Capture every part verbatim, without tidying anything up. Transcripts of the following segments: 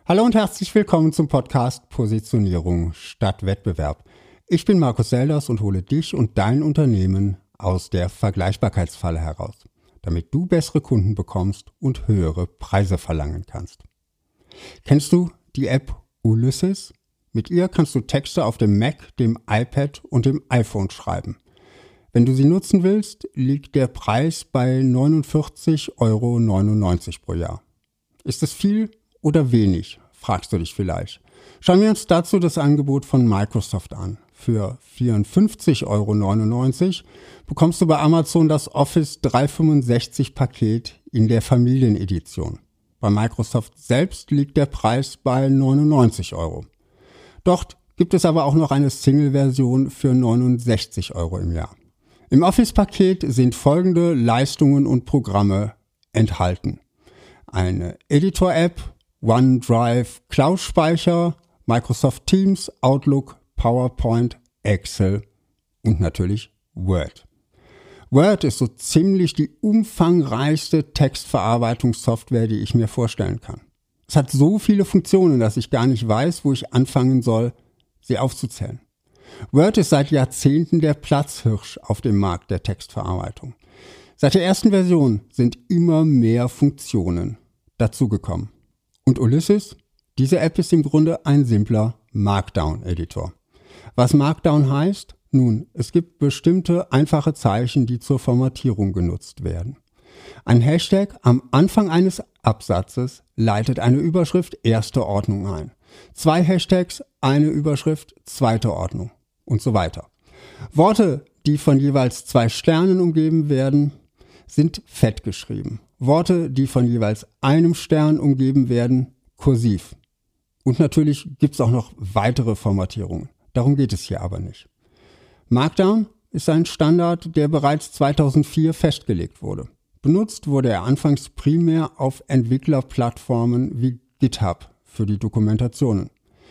Hallo und herzlich willkommen zum Podcast Positionierung statt Wettbewerb. Ich bin Markus Selders und hole dich und dein Unternehmen aus der Vergleichbarkeitsfalle heraus, damit du bessere Kunden bekommst und höhere Preise verlangen kannst. Kennst du die App Ulysses? Mit ihr kannst du Texte auf dem Mac, dem iPad und dem iPhone schreiben. Wenn du sie nutzen willst, liegt der Preis bei neunundvierzig Euro neunundneunzig pro Jahr. Ist es viel oder wenig, fragst du dich vielleicht. Schauen wir uns dazu das Angebot von Microsoft an. Für vierundfünfzig Euro neunundneunzig bekommst du bei Amazon das Office dreihundertfünfundsechzig Paket in der Familienedition. Bei Microsoft selbst liegt der Preis bei neunundneunzig Euro. Dort gibt es aber auch noch eine Single-Version für neunundsechzig Euro im Jahr. Im Office-Paket sind folgende Leistungen und Programme enthalten: eine Editor-App, OneDrive, Cloud-Speicher, Microsoft Teams, Outlook, PowerPoint, Excel und natürlich Word. Word ist so ziemlich die umfangreichste Textverarbeitungssoftware, die ich mir vorstellen kann. Es hat so viele Funktionen, dass ich gar nicht weiß, wo ich anfangen soll, sie aufzuzählen. Word ist seit Jahrzehnten der Platzhirsch auf dem Markt der Textverarbeitung. Seit der ersten Version sind immer mehr Funktionen dazugekommen. Und Ulysses? Diese App ist im Grunde ein simpler Markdown-Editor. Was Markdown heißt? Nun, es gibt bestimmte einfache Zeichen, die zur Formatierung genutzt werden. Ein Hashtag am Anfang eines Absatzes leitet eine Überschrift erste Ordnung ein. Zwei Hashtags, eine Überschrift zweite Ordnung und so weiter. Worte, die von jeweils zwei Sternen umgeben werden, sind fett geschrieben. Worte, die von jeweils einem Stern umgeben werden, kursiv. Und natürlich gibt es auch noch weitere Formatierungen. Darum geht es hier aber nicht. Markdown ist ein Standard, der bereits zweitausendvier festgelegt wurde. Benutzt wurde er anfangs primär auf Entwicklerplattformen wie GitHub für die Dokumentationen.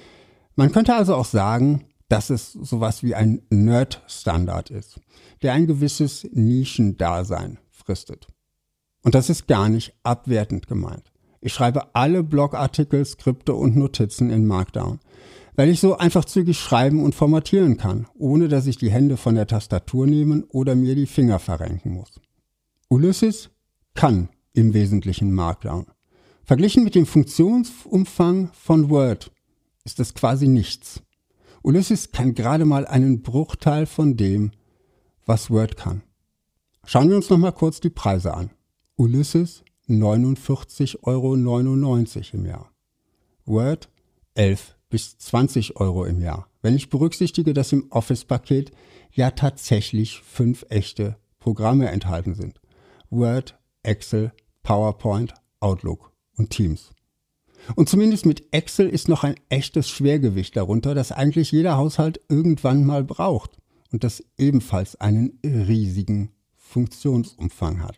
Man könnte also auch sagen, dass es sowas wie ein Nerd-Standard ist, der ein gewisses Nischendasein fristet. Und das ist gar nicht abwertend gemeint. Ich schreibe alle Blogartikel, Skripte und Notizen in Markdown, weil ich so einfach zügig schreiben und formatieren kann, ohne dass ich die Hände von der Tastatur nehmen oder mir die Finger verrenken muss. Ulysses kann im Wesentlichen Markdown. Verglichen mit dem Funktionsumfang von Word ist es quasi nichts. Ulysses kann gerade mal einen Bruchteil von dem, was Word kann. Schauen wir uns noch mal kurz die Preise an. Ulysses neunundvierzig Euro neunundneunzig im Jahr. Word elf bis zwanzig Euro im Jahr. Wenn ich berücksichtige, dass im Office-Paket ja tatsächlich fünf echte Programme enthalten sind. Word, Excel, PowerPoint, Outlook und Teams. Und zumindest mit Excel ist noch ein echtes Schwergewicht darunter, das eigentlich jeder Haushalt irgendwann mal braucht und das ebenfalls einen riesigen Funktionsumfang hat.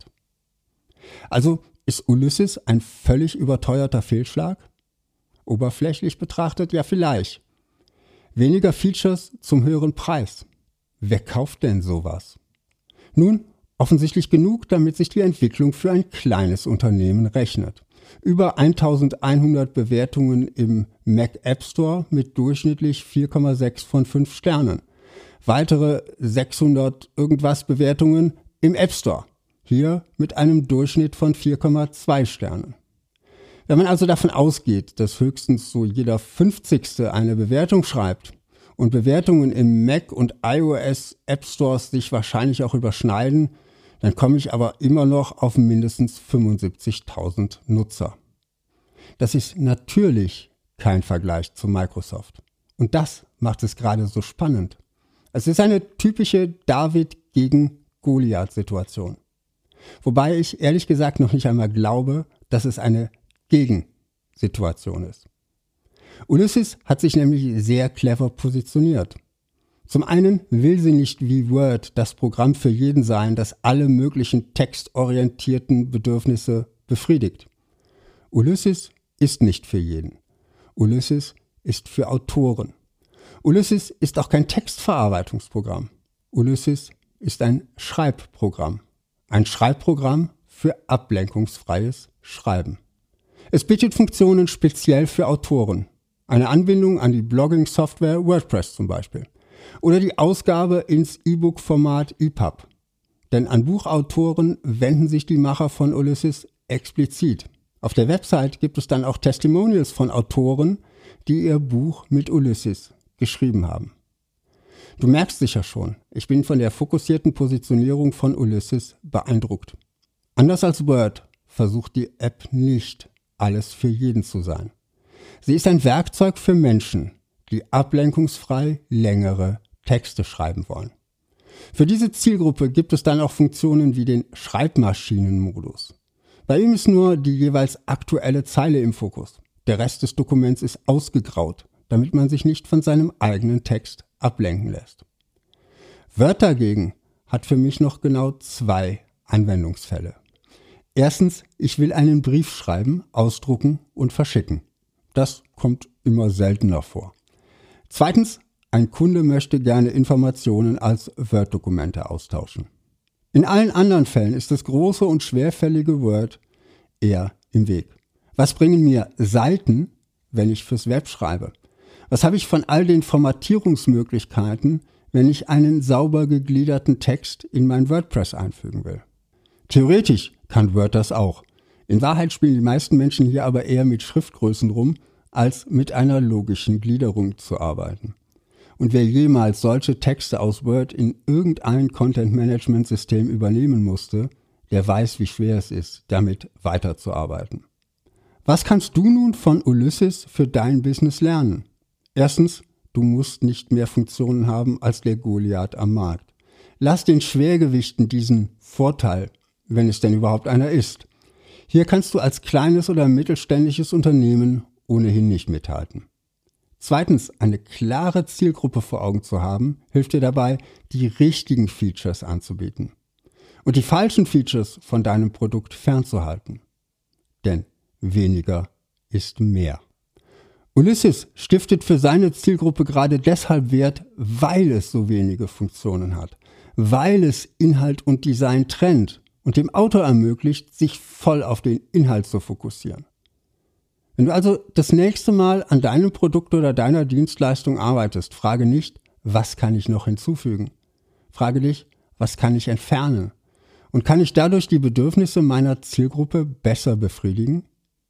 Also ist Ulysses ein völlig überteuerter Fehlschlag? Oberflächlich betrachtet ja vielleicht. Weniger Features zum höheren Preis. Wer kauft denn sowas? Nun, offensichtlich genug, damit sich die Entwicklung für ein kleines Unternehmen rechnet. Über eintausendeinhundert Bewertungen im Mac App Store mit durchschnittlich vier Komma sechs von fünf Sternen. Weitere sechshundert irgendwas Bewertungen im App Store. Hier mit einem Durchschnitt von vier Komma zwei Sternen. Wenn man also davon ausgeht, dass höchstens so jeder fünfzigste eine Bewertung schreibt und Bewertungen im Mac und iOS App Stores sich wahrscheinlich auch überschneiden, dann komme ich aber immer noch auf mindestens fünfundsiebzigtausend Nutzer. Das ist natürlich kein Vergleich zu Microsoft. Und das macht es gerade so spannend. Es ist eine typische David gegen Goliath-Situation. Wobei ich ehrlich gesagt noch nicht einmal glaube, dass es eine Gegensituation ist. Ulysses hat sich nämlich sehr clever positioniert. Zum einen will sie nicht wie Word das Programm für jeden sein, das alle möglichen textorientierten Bedürfnisse befriedigt. Ulysses ist nicht für jeden. Ulysses ist für Autoren. Ulysses ist auch kein Textverarbeitungsprogramm. Ulysses ist ein Schreibprogramm. Ein Schreibprogramm für ablenkungsfreies Schreiben. Es bietet Funktionen speziell für Autoren. Eine Anbindung an die Blogging-Software WordPress zum Beispiel. Oder die Ausgabe ins E-Book-Format E P U B. Denn an Buchautoren wenden sich die Macher von Ulysses explizit. Auf der Website gibt es dann auch Testimonials von Autoren, die ihr Buch mit Ulysses geschrieben haben. Du merkst sicher schon, ich bin von der fokussierten Positionierung von Ulysses beeindruckt. Anders als Word versucht die App nicht, alles für jeden zu sein. Sie ist ein Werkzeug für Menschen, die ablenkungsfrei längere Texte schreiben wollen. Für diese Zielgruppe gibt es dann auch Funktionen wie den Schreibmaschinenmodus. Bei ihm ist nur die jeweils aktuelle Zeile im Fokus. Der Rest des Dokuments ist ausgegraut, damit man sich nicht von seinem eigenen Text ablenken lässt. Word dagegen hat für mich noch genau zwei Anwendungsfälle. Erstens, ich will einen Brief schreiben, ausdrucken und verschicken. Das kommt immer seltener vor. Zweitens, ein Kunde möchte gerne Informationen als Word-Dokumente austauschen. In allen anderen Fällen ist das große und schwerfällige Word eher im Weg. Was bringen mir Seiten, wenn ich fürs Web schreibe? Was habe ich von all den Formatierungsmöglichkeiten, wenn ich einen sauber gegliederten Text in mein WordPress einfügen will? Theoretisch kann Word das auch. In Wahrheit spielen die meisten Menschen hier aber eher mit Schriftgrößen rum, als mit einer logischen Gliederung zu arbeiten. Und wer jemals solche Texte aus Word in irgendein Content-Management-System übernehmen musste, der weiß, wie schwer es ist, damit weiterzuarbeiten. Was kannst du nun von Ulysses für dein Business lernen? Erstens, du musst nicht mehr Funktionen haben als der Goliath am Markt. Lass den Schwergewichten diesen Vorteil, wenn es denn überhaupt einer ist. Hier kannst du als kleines oder mittelständisches Unternehmen ohnehin nicht mithalten. Zweitens, eine klare Zielgruppe vor Augen zu haben, hilft dir dabei, die richtigen Features anzubieten und die falschen Features von deinem Produkt fernzuhalten. Denn weniger ist mehr. Ulysses stiftet für seine Zielgruppe gerade deshalb Wert, weil es so wenige Funktionen hat, weil es Inhalt und Design trennt und dem Autor ermöglicht, sich voll auf den Inhalt zu fokussieren. Wenn du also das nächste Mal an deinem Produkt oder deiner Dienstleistung arbeitest, frage nicht, was kann ich noch hinzufügen? Frage dich, was kann ich entfernen? Und kann ich dadurch die Bedürfnisse meiner Zielgruppe besser befriedigen?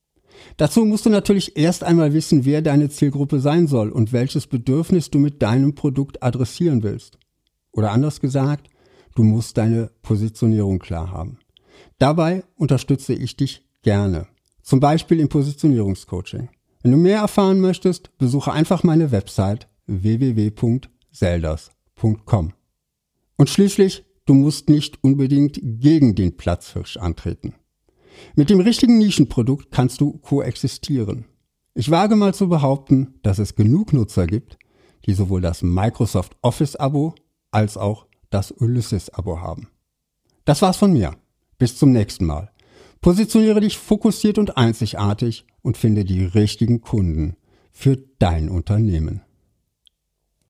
Dazu musst du natürlich erst einmal wissen, wer deine Zielgruppe sein soll und welches Bedürfnis du mit deinem Produkt adressieren willst. Oder anders gesagt, du musst deine Positionierung klar haben. Dabei unterstütze ich dich gerne. Zum Beispiel im Positionierungscoaching. Wenn du mehr erfahren möchtest, besuche einfach meine Website w w w punkt selders punkt com. Und schließlich, du musst nicht unbedingt gegen den Platzhirsch antreten. Mit dem richtigen Nischenprodukt kannst du koexistieren. Ich wage mal zu behaupten, dass es genug Nutzer gibt, die sowohl das Microsoft Office-Abo als auch das Ulysses-Abo haben. Das war's von mir. Bis zum nächsten Mal. Positioniere dich fokussiert und einzigartig und finde die richtigen Kunden für dein Unternehmen.